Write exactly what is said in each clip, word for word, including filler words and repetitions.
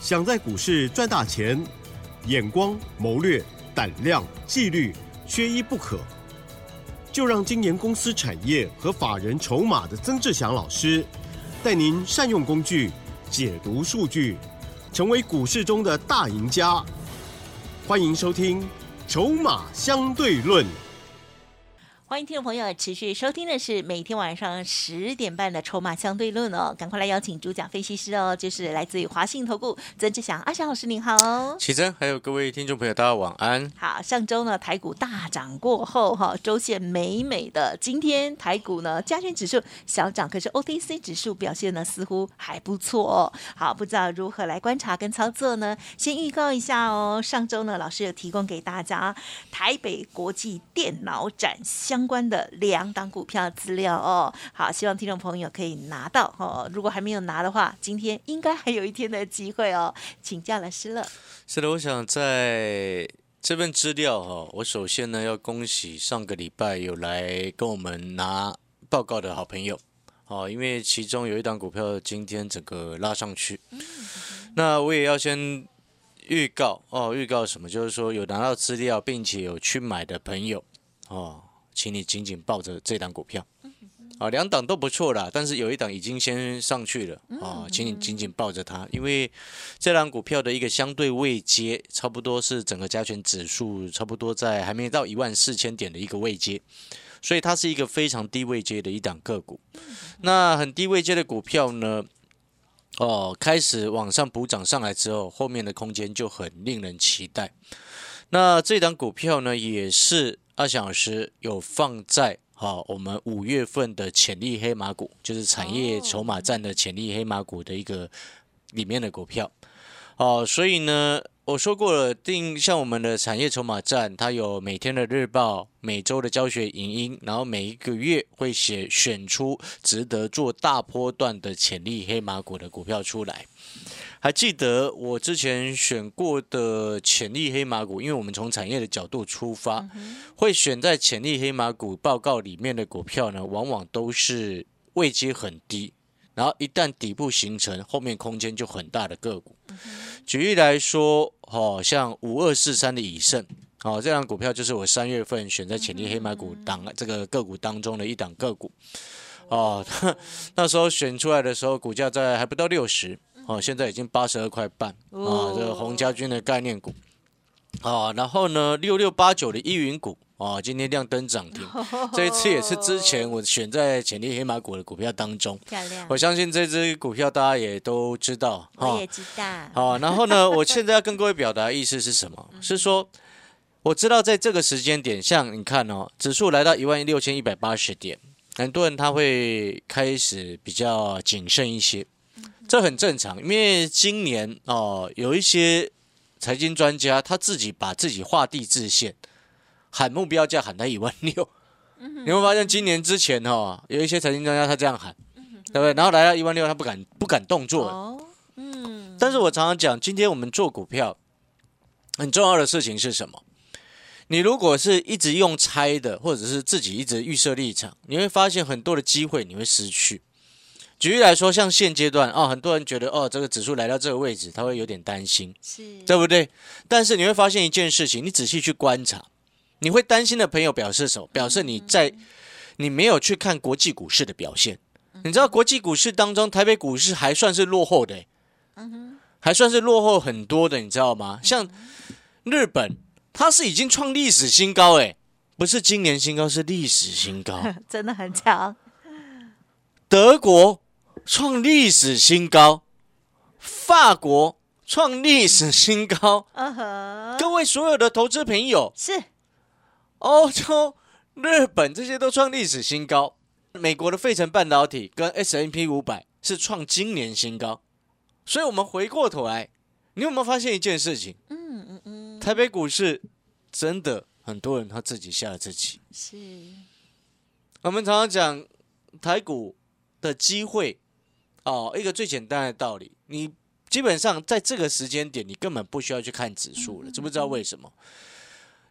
想在股市赚大钱，眼光、谋略、胆量、纪律，缺一不可。就让金研公司产业和法人筹码的曾志祥老师，带您善用工具，解读数据，成为股市中的大赢家。欢迎收听《筹码相对论》。 欢迎听众朋友持续收听的是每天晚上十点半的筹码相对论哦，赶快来邀请主讲分析师哦，就是来自于华信投顾曾志祥阿祥老师，您好。 启真，还有各位听众朋友，大家晚安。 好，上周呢台股大涨过后哈，周线美美的，今天台股呢加权指数小涨，可是 O T C 指数表现呢似乎还不错哦。好，不知道如何来观察跟操作呢？先预告一下哦，上周呢老师有提供给大家台北国际电脑展相关的两档股票资料哦，好，希望听众朋友可以拿到哦。如果还没有拿的话，今天应该还有一天的机会哦。请教老师了。 是的，我想在这份资料哈，我首先呢要恭喜上个礼拜有来跟我们拿报告的好朋友哦，因为其中有一档股票今天整个拉上去，嗯、那我也要先预告哦，预告什么？就是说有拿到资料并且有去买的朋友哦。请你紧紧抱着这档股票，啊，两档都不错啦，但是有一档已经先上去了啊，请你紧紧抱着它，因为这档股票的一个相对位阶，差不多是整个加权指数差不多在还没到一万四千点的一个位阶，所以它是一个非常低位阶的一档个股。那很低位阶的股票呢，哦，开始往上补涨上来之后，后面的空间就很令人期待。那这档股票呢，也是阿翔老师有放在好、哦、我们五月份的潜力黑马股，就是产业筹码战的潜力黑马股的一个里面的股票。哦，所以呢，我说过了，定像我们的产业筹码战，它有每天的日报、每周的教学影音，然后每一个月会写选出值得做大波段的潜力黑马股的股票出来。还记得我之前选过的潜力黑马股，因为我们从产业的角度出发，嗯、会选在潜力黑马股报告里面的股票呢，往往都是位阶很低，然后一旦底部形成，后面空间就很大的个股。嗯、举例来说，哦，像五二四三的以盛，哦，这档股票就是我三月份选在潜力黑马股档、嗯、这个个股当中的一档个股。哦，那时候选出来的时候，股价在还不到六十。哦，现在已经八十二块半啊、哦！这个洪家军的概念股啊、哦，然后呢，六六八九的依云股啊、哦，今天亮灯涨停，这一次也是之前我选在潜力黑马股的股票当中， 漂亮。 我相信这支股票大家也都知道， 我也知道。 好、哦，然后呢，我现在要跟各位表达的意思是什么？是说，我知道在这个时间点，像你看哦，指数来到一万六千一百八十点，很多人他会开始比较谨慎一些。这很正常，因为今年哦，有一些财经专家他自己把自己画地自限，喊目标价喊到一万六。你会发现今年之前哦，有一些财经专家他这样喊，对不对？然后来到一万六，他不敢不敢动作。哦，嗯。但是我常常讲，今天我们做股票很重要的事情是什么？你如果是一直用猜的，或者是自己一直预设立场，你会发现很多的机会你会失去。举例来说，像现阶段哦，很多人觉得哦，这个指数来到这个位置，他会有点担心，是对不对？但是你会发现一件事情，你仔细去观察，你会担心的朋友表示什么？表示你在你没有去看国际股市的表现。你知道国际股市当中，台北股市还算是落后的，还算是落后很多的，你知道吗？像日本，它是已经创历史新高，哎，不是今年新高，是历史新高， 真的很强。 德国创历史新高，法国创历史新高。Uh-huh. 各位所有的投资朋友， 是欧洲、日本这些都创历史新高。美国的费城半导体跟 S and P 五百 是创今年新高。所以我们回过头来，你有没有发现一件事情？嗯嗯嗯，台北股市真的很多人他自己吓了自己。 是， 我们常常讲台股的机会哦，一个最简单的道理，你基本上在这个时间点，你根本不需要去看指数了，知不知道为什么？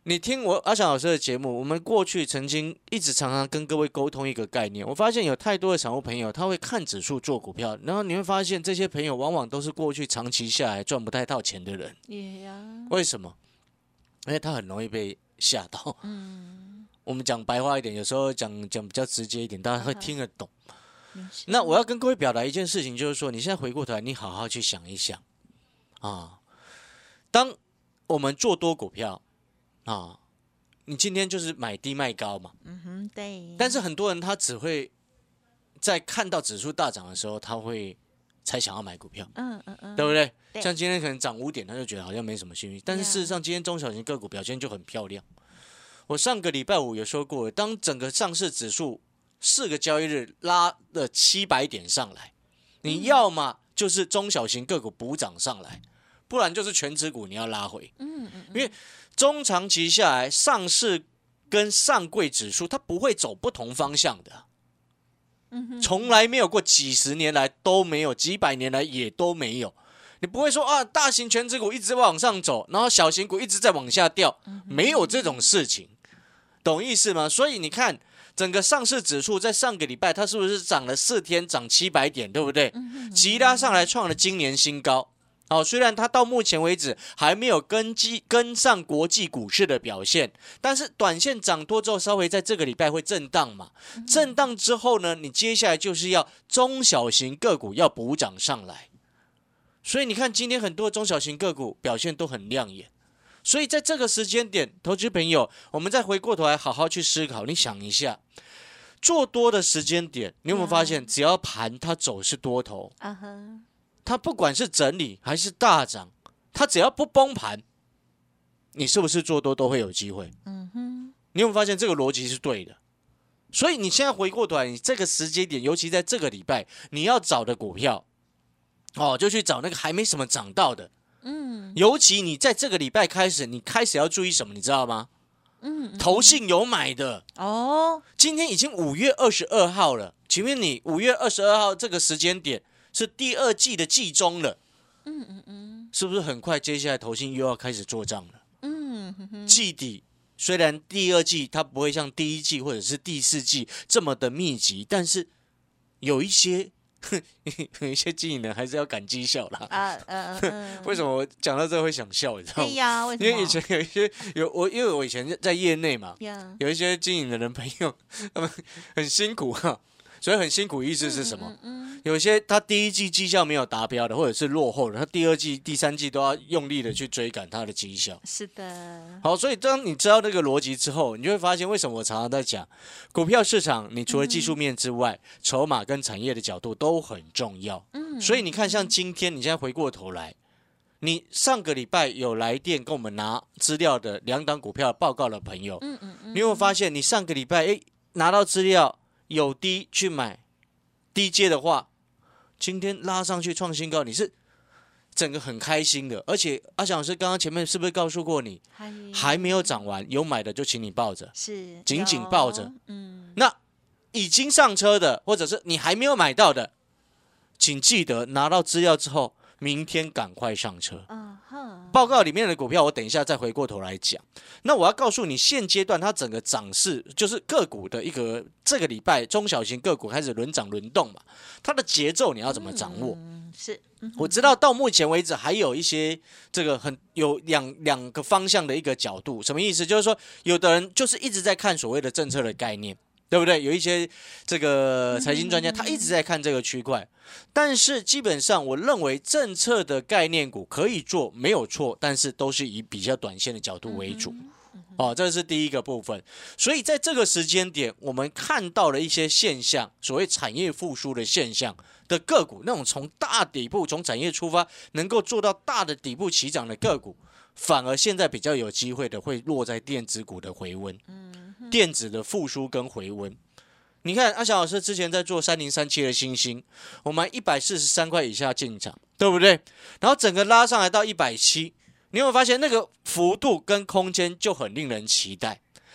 你听我阿翔老师的节目，我们过去曾经一直常常跟各位沟通一个概念，我发现有太多的散户朋友他会看指数做股票，然后你会发现这些朋友往往都是过去长期下来赚不太到钱的人。 Yeah. 为什么？因为他很容易被吓到。嗯，我们讲白话一点，有时候讲讲比较直接一点，大家会听得懂。那我要跟各位表达一件事情，就是说，你现在回过头来，你好好去想一想啊，当我们做多股票。啊，你今天就是买低卖高嘛， 嗯哼，对。 但是很多人他只会在看到指数大涨的时候，他会才想要买股票， 嗯嗯嗯， 对不对？ 对像今天可能涨五点，他就觉得好像没什么兴趣，但是事实上今天中小型个股表现就很漂亮。我上个礼拜五有说过，当整个上市指数四个交易日拉了七百点上来，你要么就是中小型个股补涨上来，不然就是全指股你要拉回，嗯嗯，因为中长期下来，上市跟上柜指数它不会走不同方向的，从来没有过，几十年来都没有，几百年来也都没有。你不会说啊，大型全指股一直往上走，然后小型股一直在往下掉，没有这种事情，懂意思吗？所以你看，整个上市指数在上个礼拜，它是不是涨了四天，涨七百点，对不对？急拉上来，创了今年新高。好，虽然它到目前为止还没有跟基跟上国际股市的表现，但是短线涨多之后，稍微在这个礼拜会震荡嘛。震荡之后呢，你接下来就是要中小型个股要补涨上来。所以你看，今天很多中小型个股表现都很亮眼。所以在这个时间点，投资朋友，我们再回过头来好好去思考，你想一下，做多的时间点，你有没有发现，只要盘它走是多头，啊哈。它不管是整理还是大涨，它只要不崩盘，你是不是做多都会有机会？嗯哼，你有没有发现这个逻辑是对的？所以你现在回过头来，你这个时间点，尤其在这个礼拜，你要找的股票，哦，就去找那个还没什么涨到的。嗯，尤其你在这个礼拜开始，你开始要注意什么，你知道吗？嗯，投信有买的哦。今天已经五月二十二号了，请问你五月二十二号这个时间点？是第二季的季中了，嗯嗯嗯，是不是很快接下来投信又要开始做账了？嗯哼哼，季底虽然第二季它不会像第一季或者是第四季这么的密集，但是有一些有一些经营人还是要赶绩效啦。啊嗯嗯，为什么我讲到这个会想笑？你知道吗？ 对呀，为什么？ 因为以前有一些有我，因为我以前在业内嘛，有一些经营的人朋友，他们很辛苦哈。所以很辛苦，意思是什么？嗯嗯嗯、有些他第一季绩效没有达标的，或者是落后的，他第二季、第三季都要用力的去追赶他的绩效。 是的。 好，所以当你知道这个逻辑之后，你就会发现为什么我常常在讲，股票市场，你除了技术面之外，嗯、筹码跟产业的角度都很重要。嗯。所以你看，像今天，你现在回过头来，你上个礼拜有来电跟我们拿资料的两档股票报告的朋友，嗯嗯嗯，你有没有发现，你上个礼拜哎拿到资料？有低去买，低接的话，今天拉上去创新高，你是整个很开心的。而且阿翔老师刚刚前面是不是告诉过你，还没有涨完，有买的就请你抱着， 是紧紧抱着。嗯，那已经上车的，或者是你还没有买到的，请记得拿到资料之后，明天赶快上车。嗯哼，报告里面的股票，我等一下再回过头来讲。那我要告诉你，现阶段它整个涨势就是个股的一个这个礼拜中小型个股开始轮涨轮动嘛，它的节奏你要怎么掌握？ 嗯、是、嗯， 我知道到目前为止还有一些这个很有两两个方向的一个角度，什么意思？就是说，有的人就是一直在看所谓的政策的概念。对不对？有一些这个财经专家，他一直在看这个区块，但是基本上，我认为政策的概念股可以做，没有错，但是都是以比较短线的角度为主。哦，这是第一个部分。所以在这个时间点，我们看到了一些现象，所谓产业复苏的现象的个股，那种从大底部、从产业出发，能够做到大的底部起涨的个股，反而现在比较有机会的会落在电子股的回温。电子的复苏跟回温，你看阿翔老师之前在做三零三七的星星，我们一百四十三块以下进场，对不对？然后整个拉上来到一百七，你有没有发现那个幅度跟空间就很令人期待？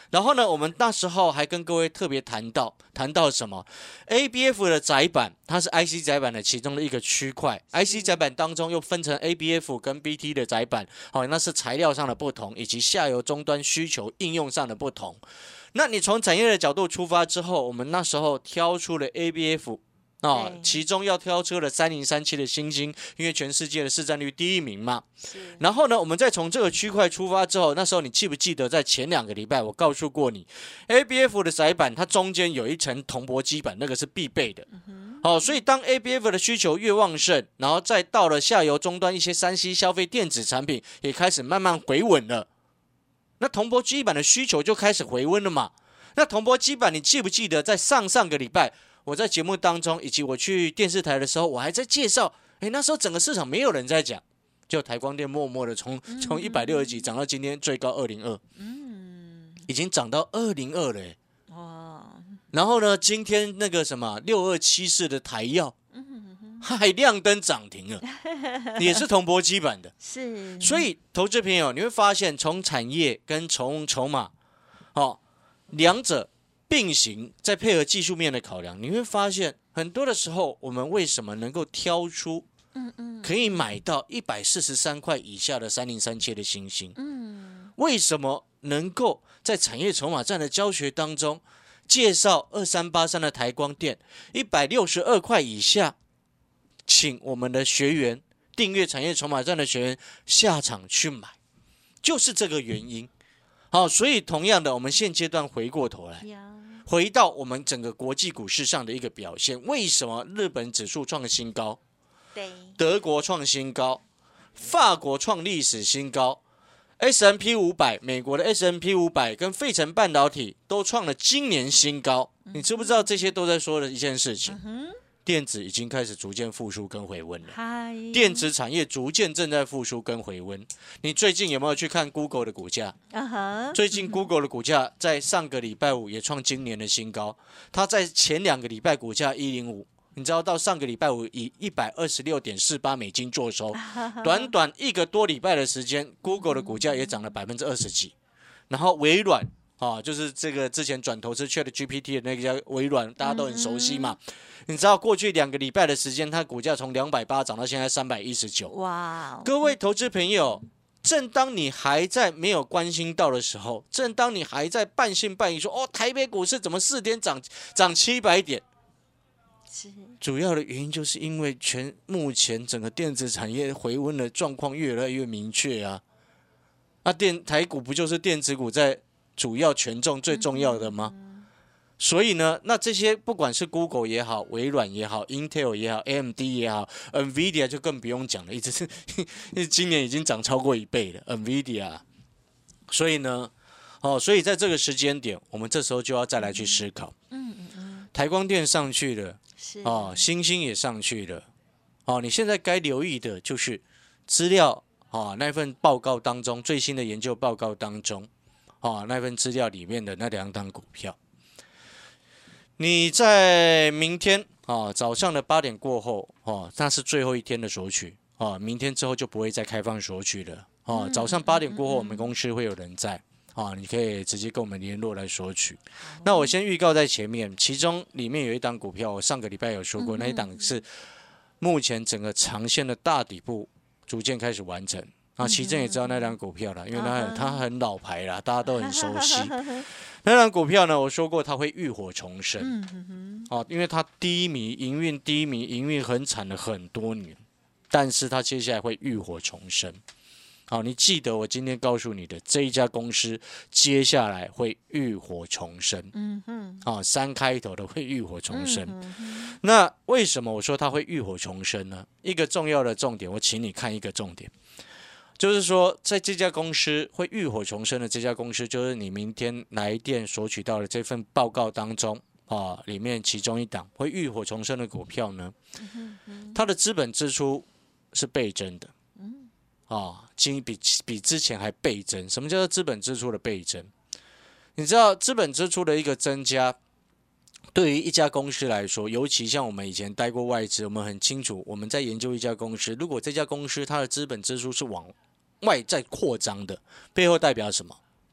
然后呢，我们那时候还跟各位特别谈到谈到什么 ？A B F 的载板，它是 I C 载板的其中的一个区块。I C 载板当中又分成 A B F 跟 B T 的载板，好、哦，那是材料上的不同，以及下游终端需求应用上的不同。那你从产业的角度出发之后，我们那时候挑出了 A B F。哦，其中要挑出了三零三七的星星，因为全世界的市占率第一名嘛。然后呢，我们再从这个区块出发之后，那时候你记不记得在前两个礼拜我告诉过你 ，A B F 的载板它中间有一层铜箔基板，那个是必备的。嗯、哦，所以当 A B F 的需求越旺盛，然后再到了下游终端一些三 C 消费电子产品也开始慢慢回稳了，那铜箔基板的需求就开始回温了嘛。那铜箔基板，你记不记得在上上个礼拜？我在节目当中，以及我去电视台的时候，我还在介绍，哎，那时候整个市场没有人在讲，就台光电默默的从从一百六十几涨到今天最高二零二，嗯，已经涨到二零二了，哇！然后呢，今天那个什么六二七四的台耀，还亮灯涨停了，也是铜箔基板的， 是。 所以投资朋友你会发现，从产业跟从筹码，哦，两者并行，再配合技术面的考量，你会发现很多的时候，我们为什么能够挑出可以买到一百四十三块以下的三零三七的星星？为什么能够在产业筹码战的教学当中介绍二三八三的台光电一百六十二块以下，请我们的学员订阅产业筹码战的学员下场去买，就是这个原因。好，所以同样的，我们现阶段回过头来，回到我们整个国际股市上的一个表现，为什么日本指数创新高？对，德国创新高，法国创历史新高 ，S and P 五百，美国的 S and P 五百跟费城半导体都创了今年新高。你知不知道这些都在说的一件事情？嗯、电子已经开始逐渐复苏跟回温了，电子产业逐渐正在复苏跟回温。你最近有没有去看 Google 的股价？ Uh-huh. 最近 Google 的股价在上个礼拜五也创今年的新高，它在前两个礼拜股价一零五，你知道到上个礼拜五以 一百二十六点四八美金做收，短短一个多礼拜的时间 Google 的股价也涨了百分之二十几，然后微软啊，就是这个之前转投资 ChatGPT 的那个叫微软，大家都很熟悉嘛。你知道过去两个礼拜的时间，它股价从两百八涨到现在三百一十九。哇！各位投资朋友，正当你还在没有关心到的时候，正当你还在半信半疑说哦，台北股市怎么四天涨涨七百点？主要的原因就是因为全目前整个电子产业回温的状况越来越明确啊。那、啊、电台股不就是电子股在主要权重最重要的吗？所以呢，那这些不管是 Google 也好，微软也好 ，Intel 也好 ，A M D 也好 ，Nvidia 就更不用讲了，一直是今年已经涨超过一倍了 ，Nvidia。所以呢，哦，所以在这个时间点，我们这时候就要再来去思考，嗯嗯嗯，台光电上去了，哦，星星也上去了，哦，你现在该留意的就是资料，哦，那份报告当中最新的研究报告当中，哦，那份资料里面的那两档股票。你在明天啊早上的八点过后哦，那是最后一天的索取哦，明天之后就不会再开放索取了哦。嗯、早上八点过后，我们公司会有人在啊，你可以直接跟我们联络来索取。嗯、那我先预告在前面，其中里面有一档股票，我上个礼拜有说过，嗯、那一档是目前整个长线的大底部逐渐开始完成。啊，奇正也知道那档股票了，因为它很它很老牌啦，大家都很熟悉。那档股票呢，我说过它会浴火重生，嗯、哦，因为它低迷，营运低迷，营运很惨了很多年，但是它接下来会浴火重生。好、哦，你记得我今天告诉你的这一家公司，接下来会浴火重生。嗯哼，啊、哦，三开头的会浴火重生。嗯、那为什么我说它会浴火重生呢？一个重要的重点，我请你看一个重点。就是说，在这家公司会浴火重生的这家公司，就是你明天来电索取到的这份报告当中啊，里面其中一档会浴火重生的股票呢，它的资本支出是倍增的，啊，比比之前还倍增。什么叫做资本支出的倍增？你知道资本支出的一个增加，对于一家公司来说，尤其像我们以前待过外资，我们很清楚，我们在研究一家公司，如果这家公司它的资本支出是往外在扩张的，背后代表什么？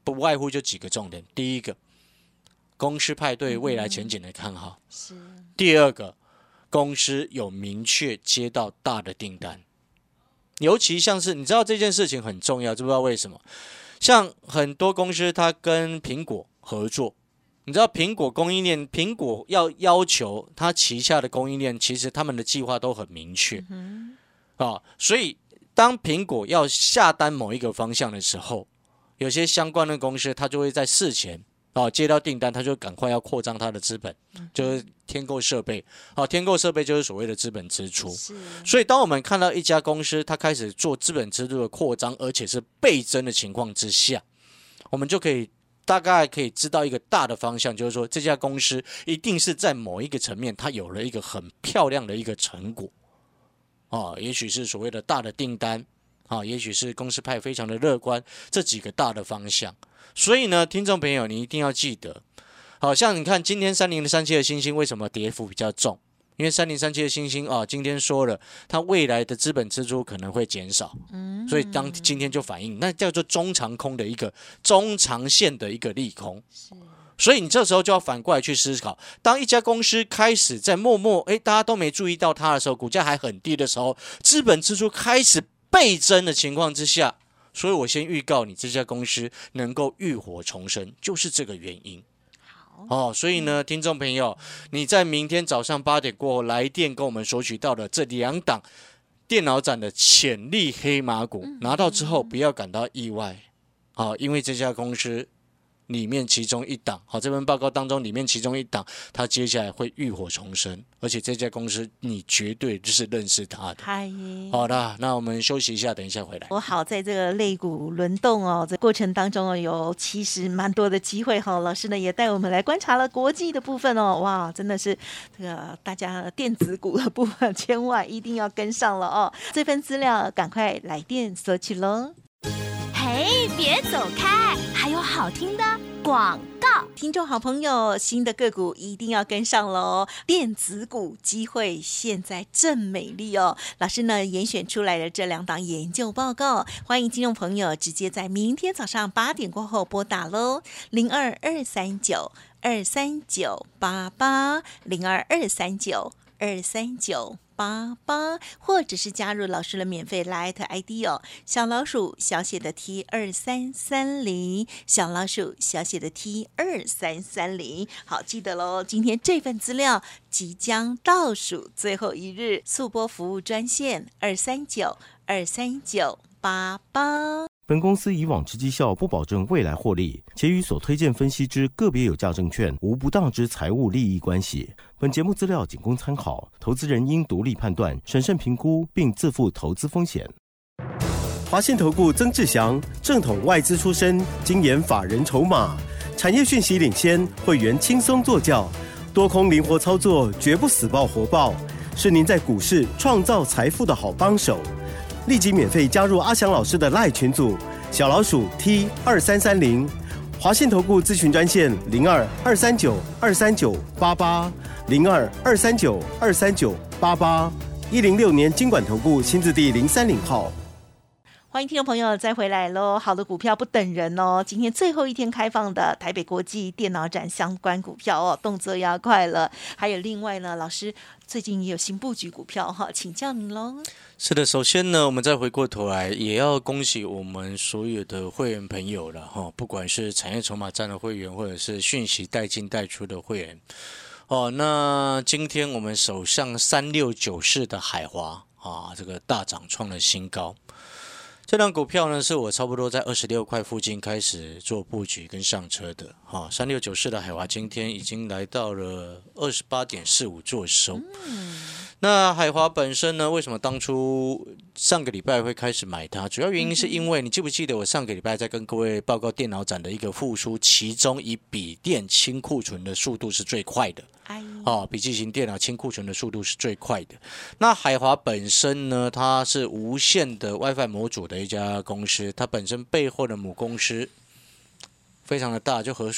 不外乎就几个重点。第一个，公司派对未来前景的看好； 是第二个，公司有明确接到大的订单。尤其像是你知道这件事情很重要，知不知道为什么？像很多公司它跟苹果合作，你知道苹果供应链，苹果要要求它旗下的供应链，其实他们的计划都很明确、嗯啊、所以当苹果要下单某一个方向的时候，有些相关的公司它就会在事前哦，接到订单，他就赶快要扩张他的资本，就是添购设备。好，添购设备就是所谓的资本支出。所以，当我们看到一家公司它开始做资本支出的扩张，而且是倍增的情况之下，我们就可以大概可以知道一个大的方向，就是说这家公司一定是在某一个层面，它有了一个很漂亮的一个成果。哦，也许是所谓的大的订单，啊，也许是公司派非常的乐观，这几个大的方向。所以呢，听众朋友，你一定要记得，好像你看今天三零三七的星星为什么跌幅比较重？因为三零三七的星星啊，今天说了，它未来的资本支出可能会减少，所以当今天就反映，那叫做中长空的一个中长线的一个利空。所以你这时候就要反过来去思考，当一家公司开始在默默，哎，大家都没注意到它的时候，股价还很低的时候，资本支出开始倍增的情况之下。所以我先预告你这家公司能够浴火重生，就是这个原因。好哦，所以呢，听众朋友，你在明天早上八点过后来电跟我们索取到的这两档电脑展的潜力黑马股，拿到之后不要感到意外，好、哦，因为这家公司里面其中一档，好，这份报告当中里面其中一档，它接下来会浴火重生，而且这家公司你绝对就是认识它的。 嗨， 好的，那我们休息一下，等一下回来。 我好在这个类股轮动哦，这过程当中哦，有其实蛮多的机会哈、哦。老师呢也带我们来观察了国际的部分哦，哇，真的是这个大家电子股的部分，千万一定要跟上了哦。这份资料赶快来电索取喽。 嘿，别走开，还有好听的广告。 听众好朋友，新的个股一定要跟上喽！电子股机会现在正美丽哦。老师呢严选出来的这两档研究报告，欢迎听众朋友直接在明天早上八点过后拨打喽，零二二三九二三九八八零二二三九二三九。八八，或者是加入老师的免费 Line I D 哦，小老鼠小写的 T 二三三零，小老鼠小写的 T 二三三零。好，记得喽，今天这份资料即将倒数最后一日，速播服务专线二三九二三九八八。 本公司以往之绩效不保证未来获利，且与所推荐分析之个别有价证券无不当之财务利益关系。本节目资料仅供参考，投资人应独立判断、审慎评估，并自负投资风险。华信投顾曾志祥，正统外资出身，精研法人筹码，产业讯息领先，会员轻松做教，多空灵活操作，绝不死抱活抱，是您在股市创造财富的好帮手。立即免费加入阿翔老师的 LINE 群组，小老鼠 T 二三三零，华信投顾咨询专线零二二三九二三九八八零二二三九二三九八八，一零六年金管投顾新字第零三零号。 欢迎听众朋友再回来喽！好的股票不等人哦，今天最后一天开放的台北国际电脑展相关股票哦，动作要快了。还有另外呢，老师最近也有新布局股票哈，请教您喽。 是的，首先呢，我们再回过头来，也要恭喜我们所有的会员朋友了哈，不管是产业筹码站的会员，或者是讯息带进带出的会员。哦，那今天我们手上三六九四的海华啊，这个大涨创了新高。这档股票呢，是我差不多在二十六块附近开始做布局跟上车的。哈、哦，三六九四的海华今天已经来到了二十八点四五做收。嗯，那海华本身呢，为什么当初上个礼拜会开始买它？主要原因是因为你记不记得我上个礼拜在跟各位报告电脑展的一个复苏，其中以笔电清库存的速度是最快的。哦，笔记型电脑清库存的速度是最快的。那海华本身呢，它是无线的 WiFi 模组的一家公司，它本身背后的母公司非常的大，就和硕嘛。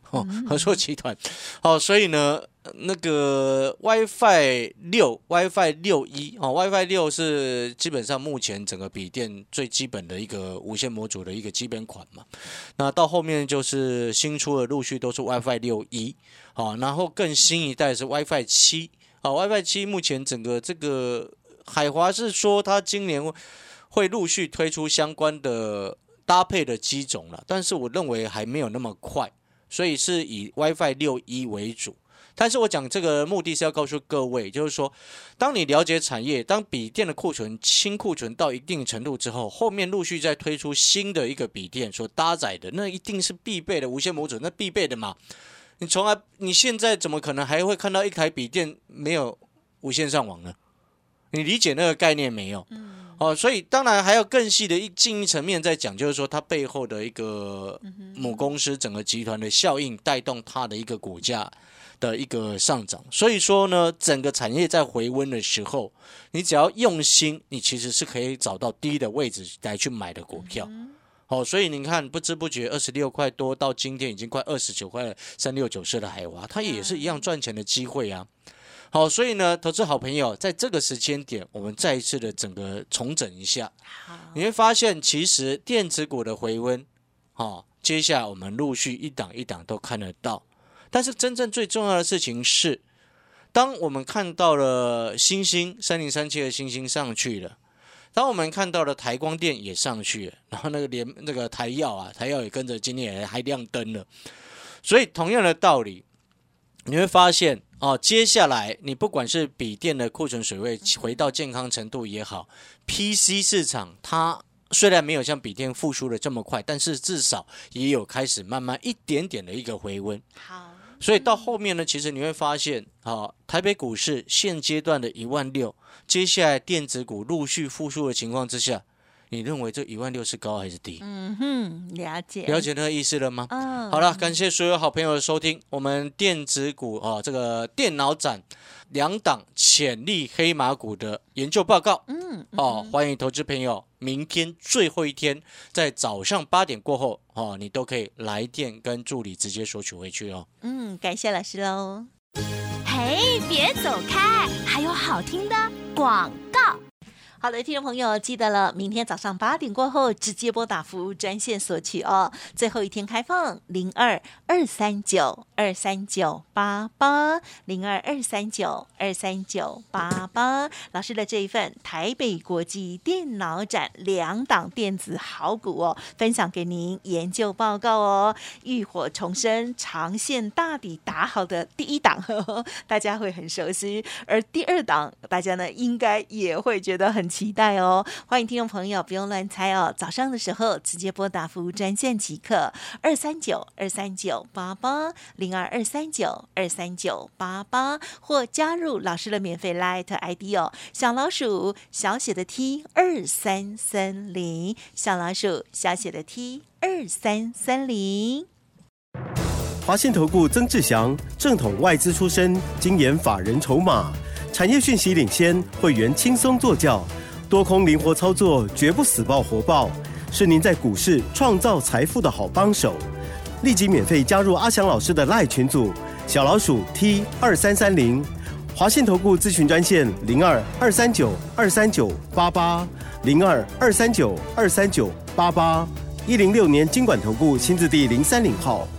哦，和硕集团，哦，所以呢，那个 WiFi 六、WiFi 六一哦 ，WiFi 六是基本上目前整个笔电最基本的一个无线模组的一个基本款嘛。那到后面就是新出的，陆续都是 WiFi 六一，好，然后更新一代是 WiFi 七，好 ，WiFi 七目前整个这个海华是说它今年会陆续推出相关的搭配的机种了，但是我认为还没有那么快。所以是以 WiFi 六一为主，但是我讲这个目的是要告诉各位，就是说，当你了解产业，当笔电的库存清库存到一定程度之后，后面陆续再推出新的一个笔电所搭载的，那一定是必备的无线模组，那必备的嘛。你从来你现在怎么可能还会看到一台笔电没有无线上网呢？你理解那个概念没有？嗯。哦，所以当然还要更细的一进一层面再讲，就是说它背后的一个母公司整个集团的效应带动它的一个股价的一个上涨。所以说呢，整个产业在回温的时候，你只要用心，你其实是可以找到低的位置来去买的股票。哦，所以你看不知不觉二十六块多到今天已经快二十九块了，三六九四的海华，它也是一样赚钱的机会啊。好，所以呢，投资好朋友，在这个时间点，我们再一次的整个重整一下，你会发现，其实电子股的回温，哦，接下来我们陆续一档一档都看得到。但是真正最重要的事情是，当我们看到了星星三零三七的星星上去了，当我们看到了台光电也上去了，然后那个连那个台耀啊，台耀也跟着今天也还亮灯了。所以同样的道理，你会发现。哦，接下来你不管是笔电的库存水位回到健康程度也好 ，P C 市场它虽然没有像笔电复苏的这么快，但是至少也有开始慢慢一点点的一个回温。好，所以到后面呢，其实你会发现，哦，台北股市现阶段的一万六，接下来电子股陆续复苏的情况之下。你认为这一万六是高还是低？嗯哼，了解， 了解那个意思了吗？ 嗯， 好了，感谢所有好朋友的收听。我们电子股哦，这个电脑展两档潜力黑马股的研究报告，嗯，哦，欢迎投资朋友，明天最后一天，在早上八点过后哦，你都可以来电跟助理直接索取回去哦。 嗯，感谢老师喽。 嘿，别走开，还有好听的广告。 好的，听众朋友记得了，明天早上八点过后直接拨打服务专线索取哦。最后一天开放零二二三九二三九八八零二二三九二三九八八。老师的这一份台北国际电脑展两档电子好股哦，分享给您研究报告哦。浴火重生，长线大底打好的第一档，呵呵，大家会很熟悉，而第二档大家呢应该也会觉得很期待哦。欢迎听众朋友不用乱猜哦，早上的时候直接拨打服务专线即可，二三九二三九八八零二二三九二三九八八，或加入老师的免费 Line I D 哦，小老鼠小写的 T 二三三零，小老鼠小写的 T 二三三零。 华信投顾曾志祥，正统外资出身，精研法人筹码，产业讯息领先，会员轻松做教，多空灵活操作，绝不死抱活抱，是您在股市创造财富的好帮手。立即免费加入阿翔老师的 LINE 群组，小老鼠 T 二三三零，华信投顾咨询专线零二二三九二三九八八零二二三九二三九八八，一零六年金管投顾新字第零三零号。